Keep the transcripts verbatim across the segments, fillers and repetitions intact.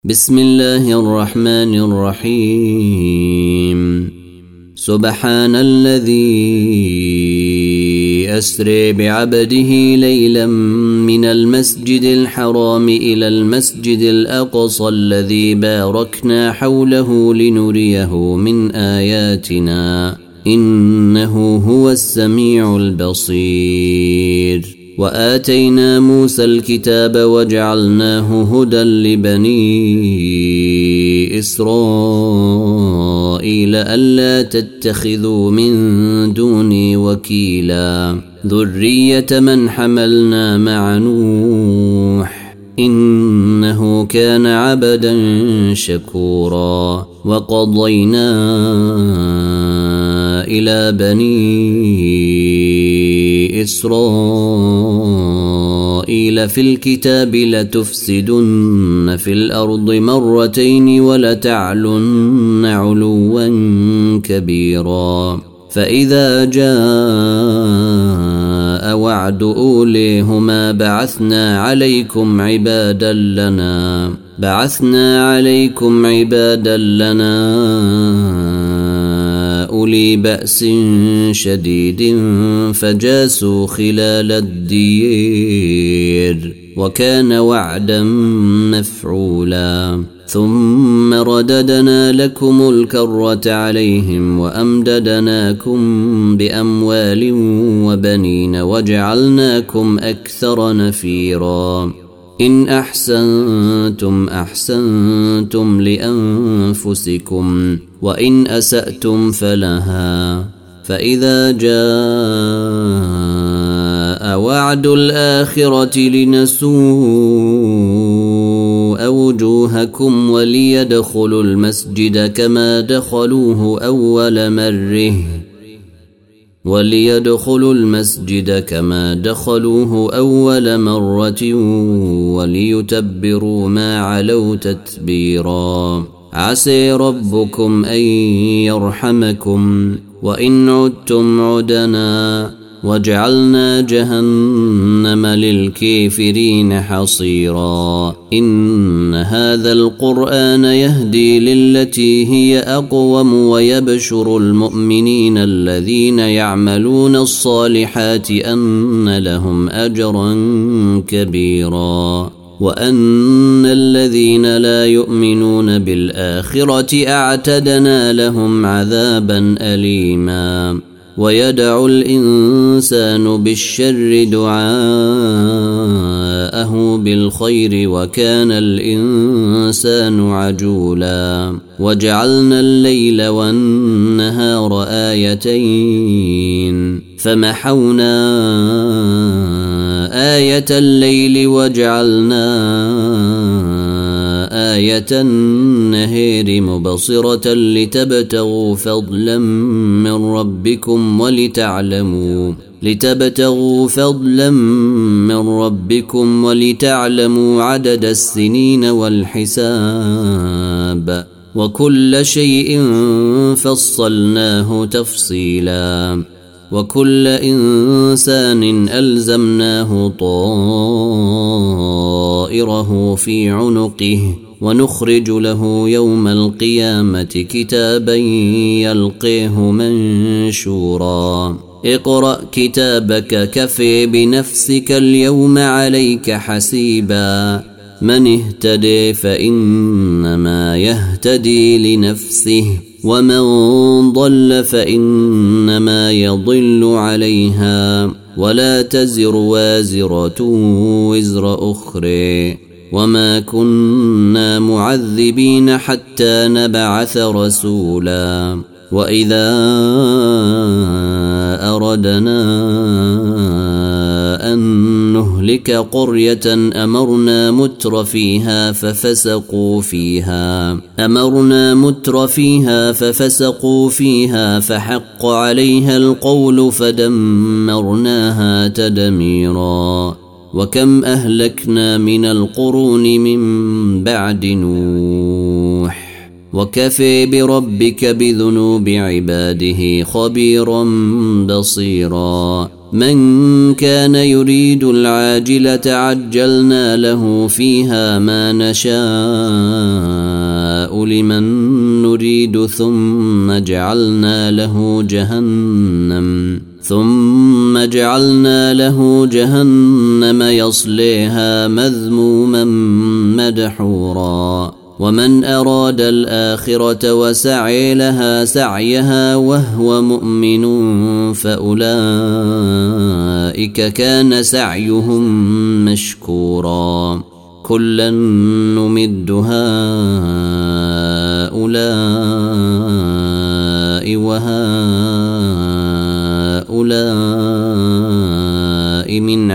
بسم الله الرحمن الرحيم سبحان الذي أسري بعبده ليلا من المسجد الحرام إلى المسجد الأقصى الذي باركنا حوله لنريه من آياتنا إنه هو السميع البصير. وآتينا موسى الكتاب وجعلناه هدى لبني إسرائيل ألا تتخذوا من دوني وكيلا ذرية من حملنا مع نوح إنه كان عبدا شكورا. وقضينا إلى بني إسرائيل في الكتاب لتفسدن في الأرض مرتين ولتعلن علوا كبيرا. فإذا جاء وعد أوليهما بعثنا عليكم عبادا لنا بعثنا عليكم عبادا لنا أولي بأس شديد فجاسوا خلال الدير وكان وعدا مفعولا. ثم رددنا لكم الكرة عليهم وأمددناكم بأموال وبنين وجعلناكم أكثر نفيرا. إن أحسنتم أحسنتم لأنفسكم وإن أسأتم فلها. فإذا جاء وعد الآخرة لنسوء وجوهكم وليدخلوا المسجد كما دخلوه أول مرة وليدخلوا المسجد كما دخلوه أول مرة وليتبروا ما علوا تتبيرا. عسى ربكم أن يرحمكم وإن عدتم عدنا وجعلنا جهنم للكافرين حصيرا. إن هذا القرآن يهدي للتي هي أقوم ويبشر المؤمنين الذين يعملون الصالحات أن لهم أجرا كبيرا وأن الذين لا يؤمنون بالآخرة أعتدنا لهم عذابا أليما. ويدعو الإنسان بالشر دعاءه بالخير وكان الإنسان عجولا. وجعلنا الليل والنهار آيتين فمحونا آية الليل وجعلنا آية النهار مبصرة لتبتغوا فضلا من ربكم ولتعلموا لتبتغوا فضلا من ربكم ولتعلموا عدد السنين والحساب وكل شيء فصلناه تفصيلا. وكل إنسان ألزمناه طائره في عنقه ونخرج له يوم القيامة كتابا يلقيه منشورا. اقرأ كتابك كفي بنفسك اليوم عليك حسيبا. من اهتدي فإنما يهتدي لنفسه ومن ضل فإنما يضل عليها ولا تزر وازرة وزر أخرى وما كنا معذبين حتى نبعث رسولا. وإذا أردنا أن نهلك قرية أمرنا متر فيها ففسقوا فيها أمرنا متر فيها ففسقوا فيها فحق عليها القول فدمرناها تدميرا. وكم أهلكنا من القرون من بعد نوح وكفى بربك بذنوب عباده خبيرا بصيرا من كان يريد العاجلة عجلنا له فيها ما نشاء لمن نريد ثم جعلنا له جهنم ثم جعلنا له جهنم يصليها مذموما مدحورا ومن أراد الآخرة وسعي لها سعيها وهو مؤمن فأولئك كان سعيهم مشكورا كلا نمد هؤلاء وهؤلاء من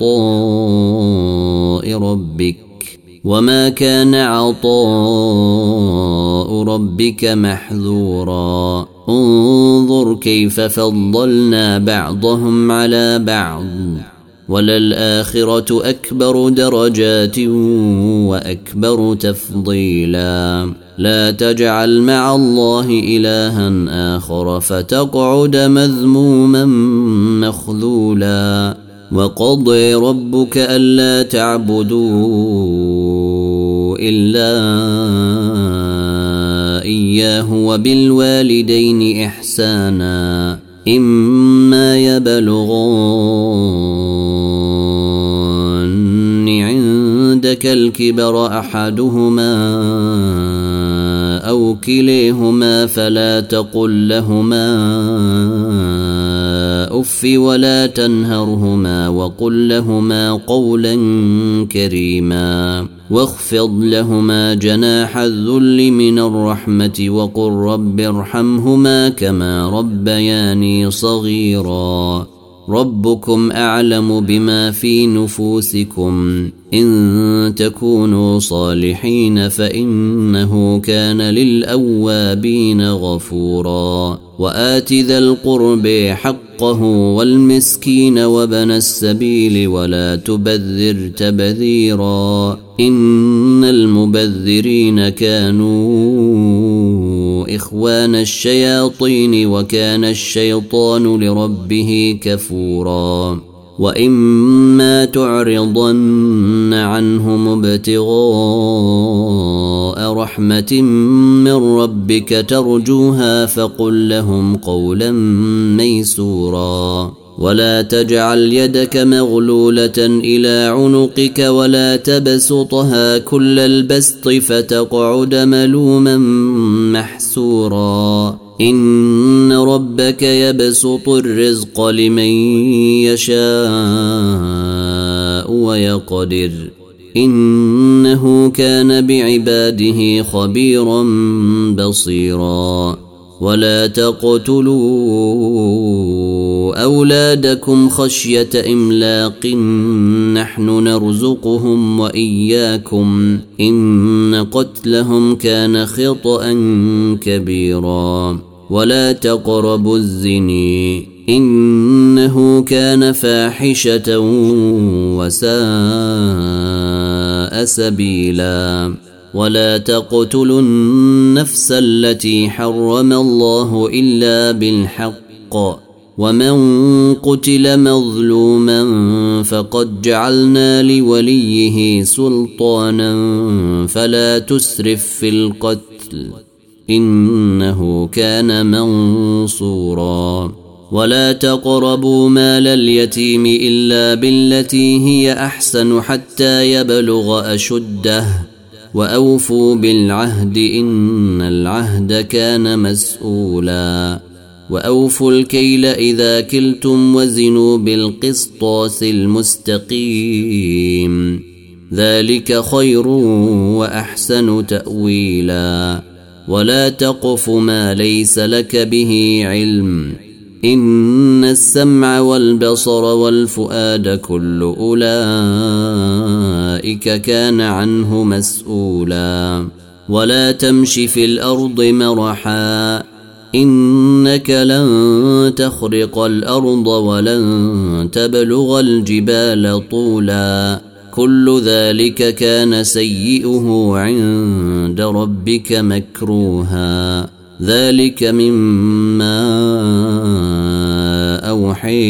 عطاء ربك وما كان عطاء ربك محذورا انظر كيف فضلنا بعضهم على بعض وللآخرة أكبر درجات وأكبر تفضيلا لا تجعل مع الله إلها آخر فتقعد مذموما مخذولا وقضى ربك ألا تعبدوا إلا إياه وبالوالدين إحسانا إما يبلغن عندك الكبر أحدهما أو كليهما فلا تقل لهما أف ولا تنهرهما وقل لهما قولا كريما واخفض لهما جناح الذل من الرحمة وقل رب ارحمهما كما ربياني صغيرا ربكم أعلم بما في نفوسكم إن تكونوا صالحين فإنه كان للأوابين غفورا وآت ذا القرب حقه والمسكين وابن السبيل ولا تبذر تبذيرا إن المبذرين كانوا إخوان الشياطين وكان الشيطان لربه كفورا وإما تعرضن عنهم ابتغاء رحمة من ربك ترجوها فقل لهم قولا ميسورا ولا تجعل يدك مغلولة إلى عنقك ولا تبسطها كل البسط فتقعد ملوما محسورا إن ربك يبسط الرزق لمن يشاء ويقدر إنه كان بعباده خبيرا بصيرا ولا تقتلوا أولادكم خشية إملاق نحن نرزقهم وإياكم إن قتلهم كان خطأ كبيرا ولا تقربوا الزنا إنه كان فاحشة وساء سبيلا ولا تقتلوا النفس التي حرم الله إلا بالحق ومن قتل مظلوما فقد جعلنا لوليه سلطانا فلا تسرف في القتل إنه كان منصورا ولا تقربوا مال اليتيم إلا بالتي هي أحسن حتى يبلغ أشده وأوفوا بالعهد إن العهد كان مسؤولا وأوفوا الكيل إذا كلتم وزنوا بالقسطاس المستقيم ذلك خير وأحسن تأويلا ولا تقف ما ليس لك به علم إن السمع والبصر والفؤاد كل أولئك كان عنه مسؤولا ولا تمش في الأرض مرحا إنك لن تخرق الأرض ولن تبلغ الجبال طولا كل ذلك كان سيئه عند ربك مكروها ذلك مما أوحي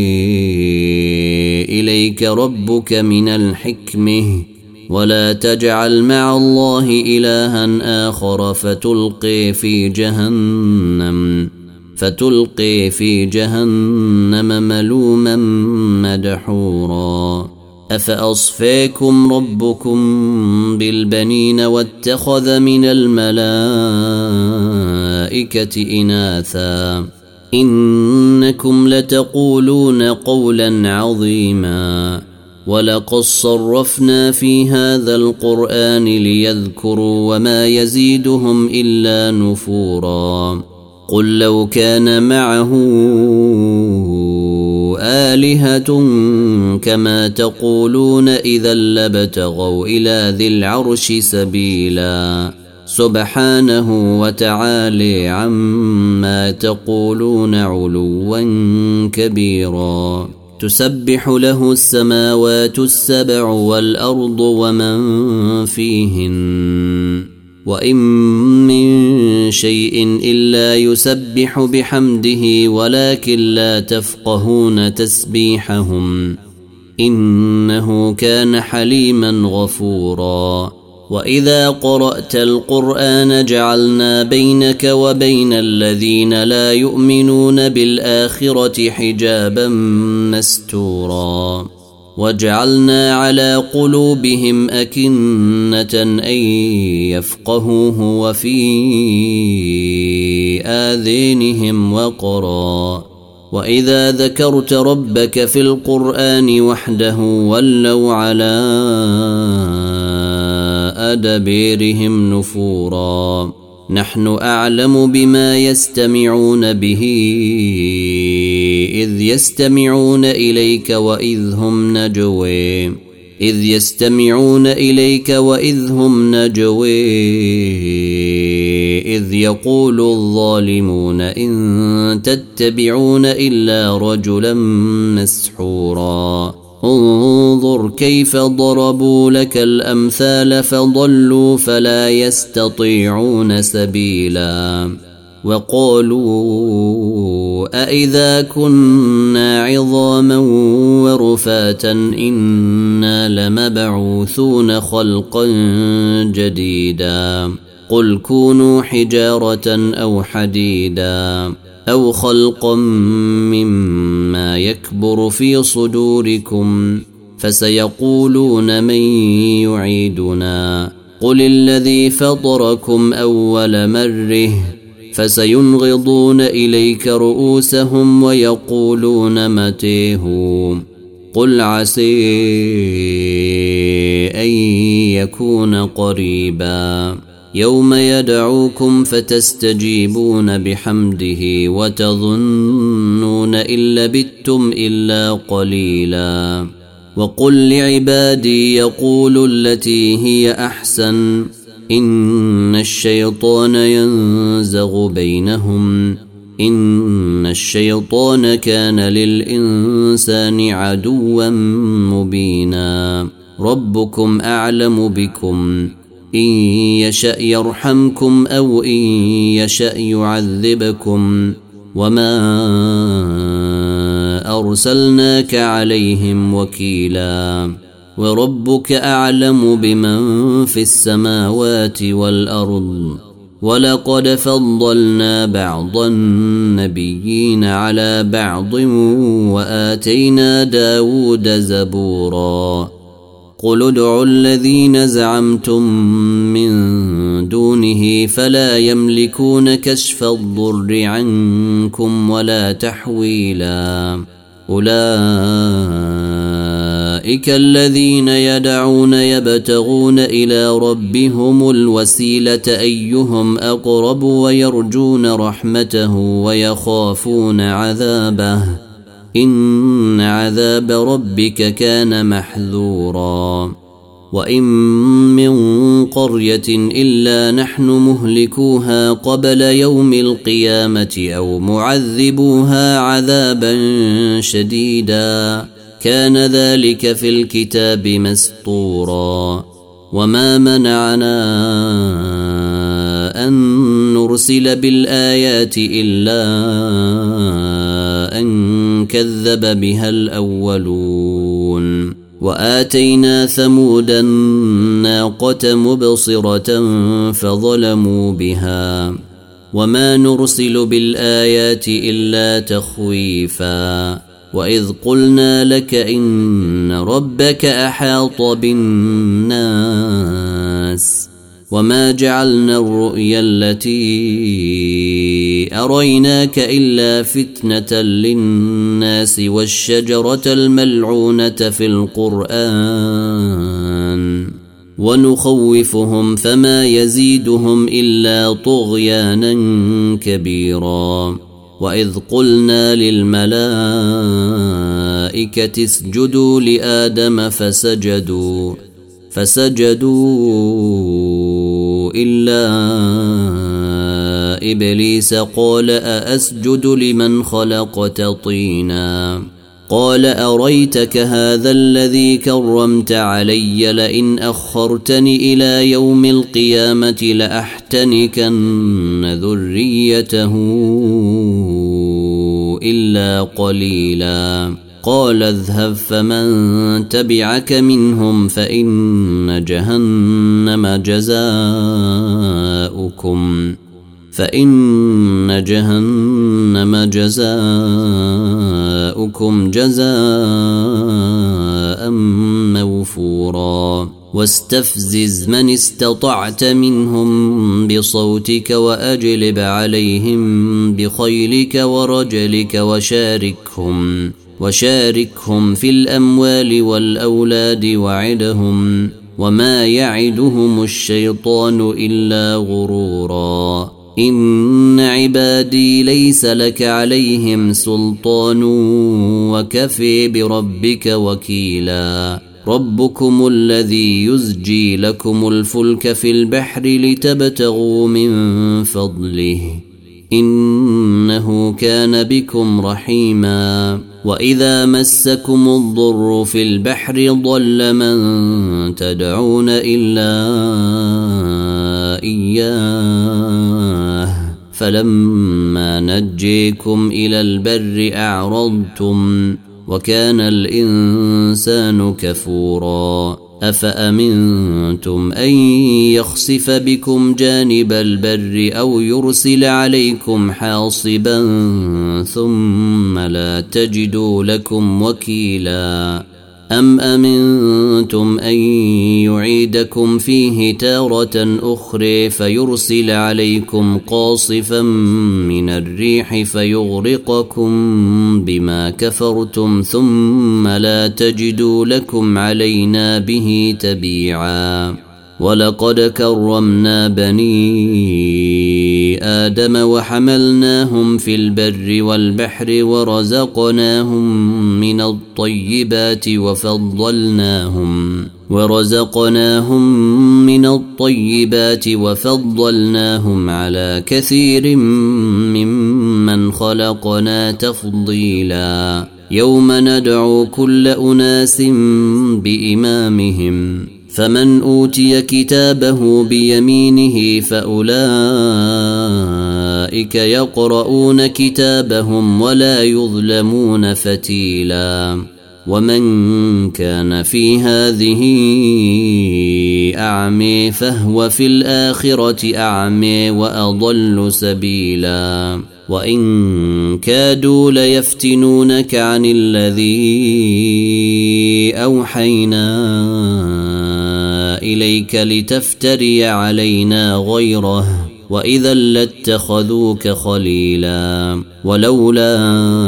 إليك ربك من الحكمة ولا تجعل مع الله إلها آخر فتلقي في جهنم فتلقي في جهنم ملوما مدحورا أفأصفاكم ربكم بالبنين واتخذ من الملائكة إناثا إنكم لتقولون قولا عظيما ولقد صرفنا في هذا القرآن ليذكروا وما يزيدهم إلا نفورا قل لو كان معه آلهة كما تقولون إذا لابتغوا إلى ذي العرش سبيلا سبحانه وتعالى عما تقولون علوا كبيرا تسبح له السماوات السبع والأرض ومن فيهن وإن من شيء إلا يسبح بحمده ولكن لا تفقهون تسبيحهم إنه كان حليما غفورا وإذا قرأت القرآن جعلنا بينك وبين الذين لا يؤمنون بالآخرة حجابا مستورا وجعلنا على قلوبهم أكنة أن يفقهوه وفي آذانهم وقرا وإذا ذكرت ربك في القرآن وحده ولوا على أدبيرهم نفورا نحن أعلم بما يستمعون به إذ يستمعون إليك وإذ هم نجوي إذ يستمعون إليك وإذ هم نجوي إذ يقول الظالمون إن تتبعون إلا رجلا مسحورا انظر كيف ضربوا لك الأمثال فضلوا فلا يستطيعون سبيلا وقالوا أإذا كنا عظاما ورفاتا إنا لمبعوثون خلقا جديدا قل كونوا حجارة أو حديدا أو خلقا مما يكبر في صدوركم فسيقولون من يعيدنا قل الذي فطركم أول مرة فسينغضون إليك رؤوسهم ويقولون متى هو قل عسى أن يكون قريبا يوم يدعوكم فتستجيبون بحمده وتظنون إن لبثتم إلا قليلا وقل لعبادي يقولوا التي هي أحسن إن الشيطان ينزغ بينهم إن الشيطان كان للإنسان عدوا مبينا ربكم أعلم بكم إن يشأ يرحمكم أو إن يشأ يعذبكم وما أرسلناك عليهم وكيلا وربك أعلم بمن في السماوات والأرض ولقد فضلنا بعض النبيين على بعض وآتينا داود زبورا قل ادعوا الذين زعمتم من دونه فلا يملكون كشف الضر عنكم ولا تحويلا أولئك الذين يدعون يبتغون إلى ربهم الوسيلة أيهم أقرب ويرجون رحمته ويخافون عذابه إن عذاب ربك كان محذورا وإن من قرية إلا نحن مهلكوها قبل يوم القيامة أو معذبوها عذابا شديدا كان ذلك في الكتاب مسطورا وما منعنا أن نرسل بالآيات إلا أن كذب بها الأولون وآتينا ثمود الناقة مبصرة فظلموا بها وما نرسل بالآيات إلا تخويفا وإذ قلنا لك إن ربك أحاط بالناس وما جعلنا الرؤيا التي أريناك إلا فتنة للناس والشجرة الملعونة في القرآن ونخوفهم فما يزيدهم إلا طغيانا كبيرا وإذ قلنا للملائكة اسجدوا لآدم فسجدوا فسجدوا إلا إبليس قال أأسجد لمن خلقت طينا قال أريتك هذا الذي كرمت علي لئن أخرتني إلى يوم القيامة لأحتنكن ذريته إلا قليلا قال اذهب فمن تبعك منهم فإن جهنم جزاؤكم فإن جهنم جزاؤكم جزاء موفورا واستفزز من استطعت منهم بصوتك وأجلب عليهم بخيلك ورجلك وشاركهم وشاركهم في الأموال والأولاد وعدهم وما يعدهم الشيطان إلا غرورا إن عبادي ليس لك عليهم سلطان وكفي بربك وكيلا ربكم الذي يزجي لكم الفلك في البحر لتبتغوا من فضله إنه كان بكم رحيما وإذا مسكم الضر في البحر ضل من تدعون إلا إياه فلما نجيكم إلى البر أعرضتم وكان الإنسان كفورا أفأمنتم أن يخسف بكم جانب البر أو يرسل عليكم حاصبا ثم لا تجدوا لكم وكيلا أم أمنتم أن يعيدكم فيه تارة أخرى فيرسل عليكم قاصفا من الريح فيغرقكم بما كفرتم ثم لا تجدوا لكم علينا به تبيعا ولقد كرمنا بني آدم وحملناهم في البر والبحر ورزقناهم من الطيبات وفضلناهم ورزقناهم من الطيبات وفضلناهم على كثير ممن خلقنا تفضيلا يوم ندعو كل أناس بإمامهم فمن أوتي كتابه بيمينه فأولئك يقرؤون كتابهم ولا يظلمون فتيلا ومن كان في هذه أعمي فهو في الآخرة أعمي وأضل سبيلا وإن كادوا ليفتنونك عن الذي أوحينا إليك لتفتري علينا غيره وإذا لاتخذوك خليلا ولولا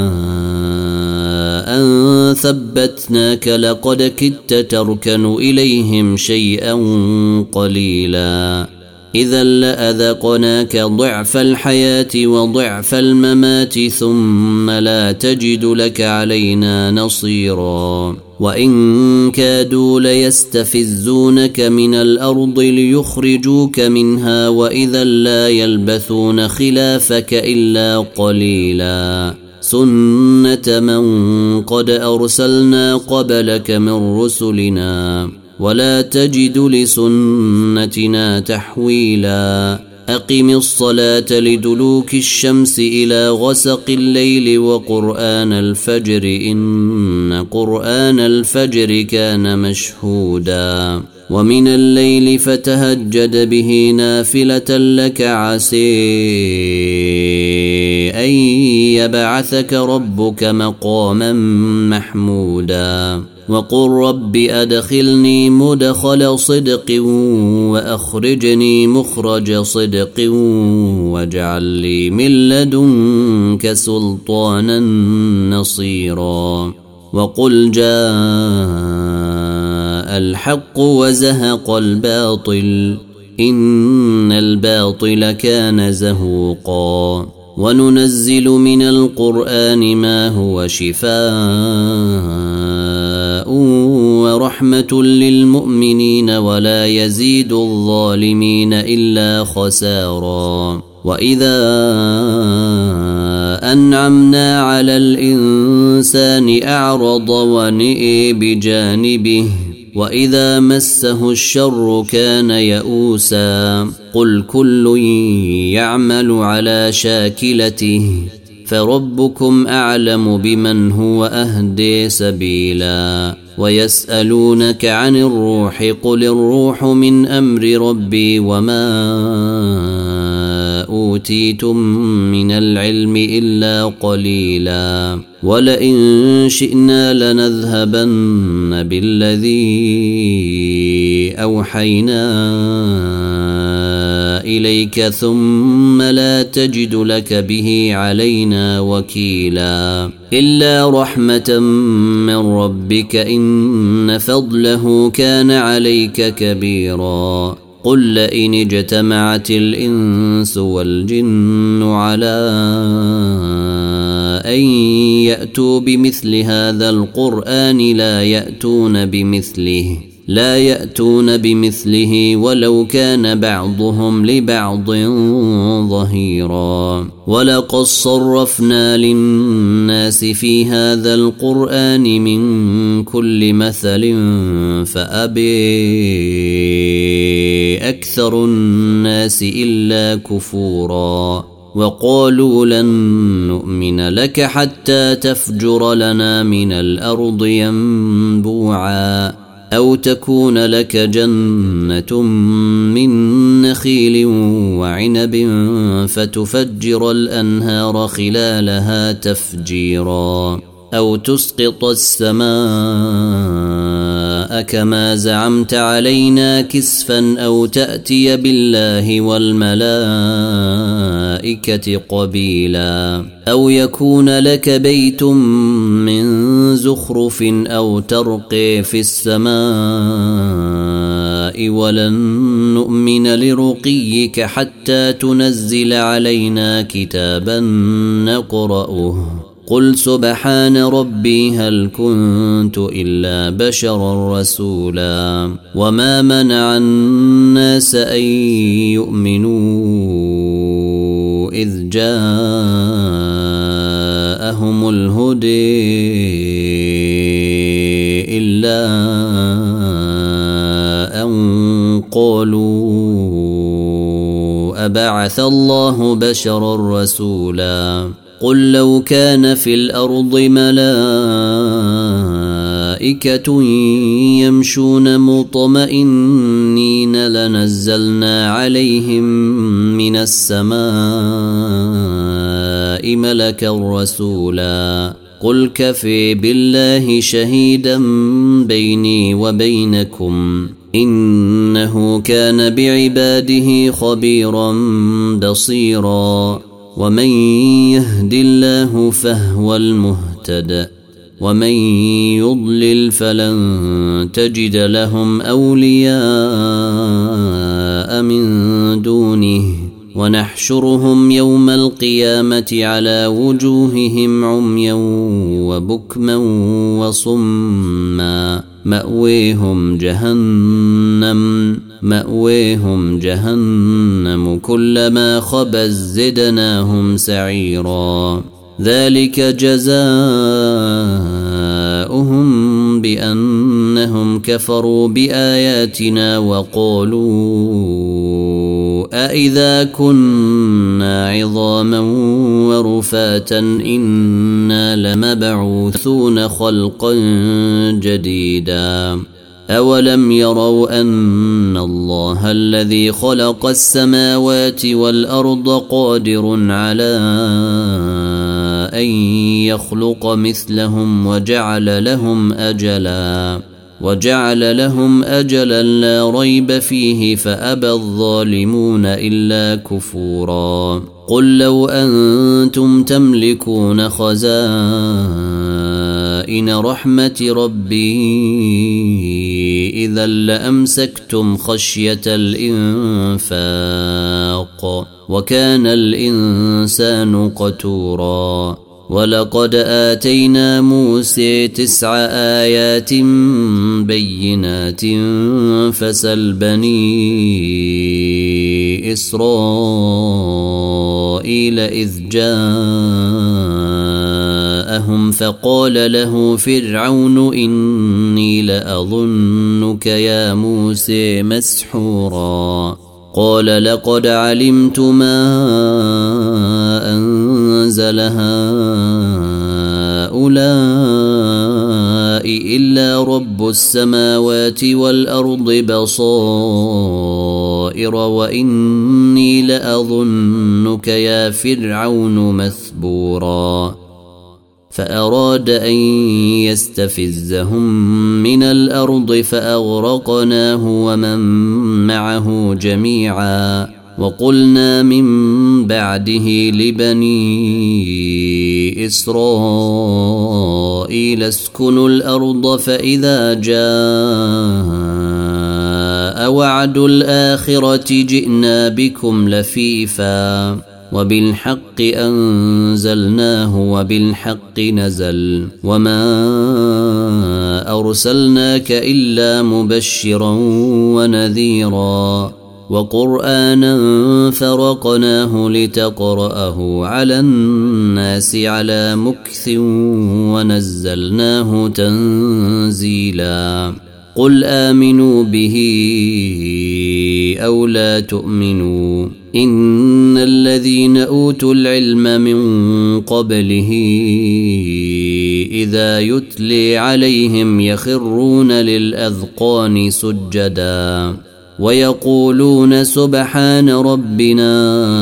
أن ثبتناك لقد كدت تركن إليهم شيئا قليلا إذا لأذقناك ضعف الحياة وضعف الممات ثم لا تجد لك علينا نصيرا وإن كادوا ليستفزونك من الأرض ليخرجوك منها وإذا لا يلبثون خلافك إلا قليلا سنة من قد أرسلنا قبلك من رسلنا ولا تجد لسنتنا تحويلا أقم الصلاة لدلوك الشمس إلى غسق الليل وقرآن الفجر إن قرآن الفجر كان مشهودا ومن الليل فتهجد به نافلة لك عسي أن يبعثك ربك مقاما محمودا وقل رب أدخلني مدخل صدق وأخرجني مخرج صدق واجعل لي من لدنك سلطانا نصيرا وقل جاء الحق وزهق الباطل إن الباطل كان زهوقا وننزل من القرآن ما هو شفاء ورحمة للمؤمنين ولا يزيد الظالمين إلا خسارا وإذا أنعمنا على الإنسان أعرض ونئي بجانبه وإذا مسه الشر كان يئوسا قل كل يعمل على شاكلته فربكم أعلم بمن هو أهدي سبيلا ويسألونك عن الروح قل الروح من أمر ربي وما أوتيتم من العلم إلا قليلا ولئن شئنا لنذهبن بالذي أوحينا إليك ثم لا تجد لك به علينا وكيلا إلا رحمة من ربك إن فضله كان عليك كبيرا قل لئن اجتمعت الإنس والجن على أن يأتوا بمثل هذا القرآن لا يأتون بمثله لا يأتون بمثله ولو كان بعضهم لبعض ظهيرا ولقد صرفنا للناس في هذا القرآن من كل مثل فأبي أكثر الناس إلا كفورا وقالوا لن نؤمن لك حتى تفجر لنا من الأرض ينبوعا أو تكون لك جنة من نخيل وعنب فتفجر الأنهار خلالها تفجيرا أو تسقط السماء كما زعمت علينا كسفا أو تأتي بالله والملائكة قبيلا أو يكون لك بيت من زخرف أو ترقي في السماء ولن نؤمن لرقيك حتى تنزل علينا كتابا نقرأه قل سبحان ربي هل كنت إلا بشرا رسولا وما منع الناس أن يؤمنوا إذ جاءهم الهدي إلا أن قالوا أبعث الله بشرا رسولا قل لو كان في الأرض ملائكة يمشون مطمئنين لنزلنا عليهم من السماء ملكا رسولا قل كفي بالله شهيدا بيني وبينكم إنه كان بعباده خبيرا بصيرا ومن يهد الله فهو المهتد ومن يضلل فلن تجد لهم أولياء من دونه ونحشرهم يوم القيامة على وجوههم عميا وبكما وصما مأويهم جهنم مأويهم جهنم كلما خبت زدناهم سعيرا ذلك جزاؤهم بأنهم كفروا بآياتنا وقالوا أإذا كنا عظاما ورفاتا إنا لمبعوثون خلقا جديدا أولم يروا أن الله الذي خلق السماوات والأرض قادر على أن يخلق مثلهم وجعل لهم أجلا وجعل لهم أجلا لا ريب فيه فأبى الظالمون إلا كفورا قل لو أنتم تملكون خزائن رحمة ربي إذا لأمسكتم خشية الإنفاق وكان الإنسان قتورا ولقد آتينا موسى تسع آيات بينات فسل بني إسرائيل إذ جاءهم فقال له فرعون إني لأظنك يا موسى مسحورا قال لقد علمت ما أنزل هؤلاء إلا رب السماوات والأرض بصائر وإني لأظنك يا فرعون مثبورا فأراد أن يستفزهم من الأرض فأغرقناه ومن معه جميعا وقلنا من بعده لبني إسرائيل اسكنوا الأرض فإذا جاء وعد الآخرة جئنا بكم لفيفا وبالحق أنزلناه وبالحق نزل وما أرسلناك إلا مبشرا ونذيرا وقرآنا فرقناه لتقرأه على الناس على مكث ونزلناه تنزيلا قل آمنوا به أو لا تؤمنوا إن الذين أوتوا العلم من قبله إذا يتلي عليهم يخرون للأذقان سجدا ويقولون سبحان ربنا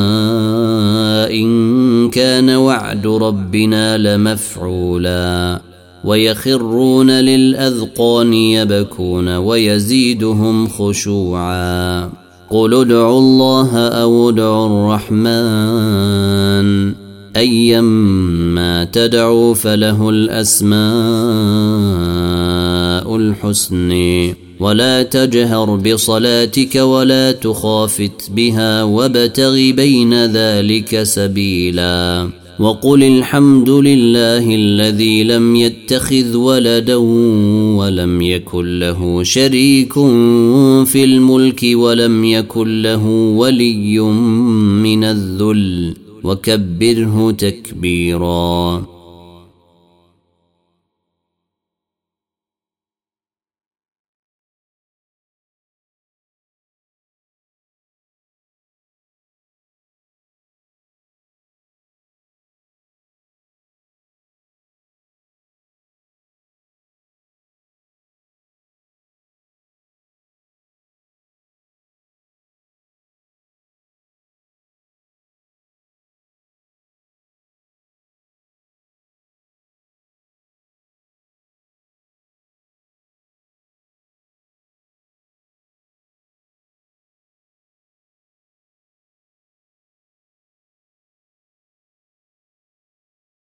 إن كان وعد ربنا لمفعولا ويخرون للأذقان يبكون ويزيدهم خشوعا قل ادعوا الله أو ادعوا الرحمن أيما تدعوا فله الأسماء الحسنى ولا تجهر بصلاتك ولا تخافت بها وابتغ بين ذلك سبيلا وقل الحمد لله الذي لم يتخذ ولدا ولم يكن له شريك في الملك ولم يكن له ولي من الذل وكبره تكبيرا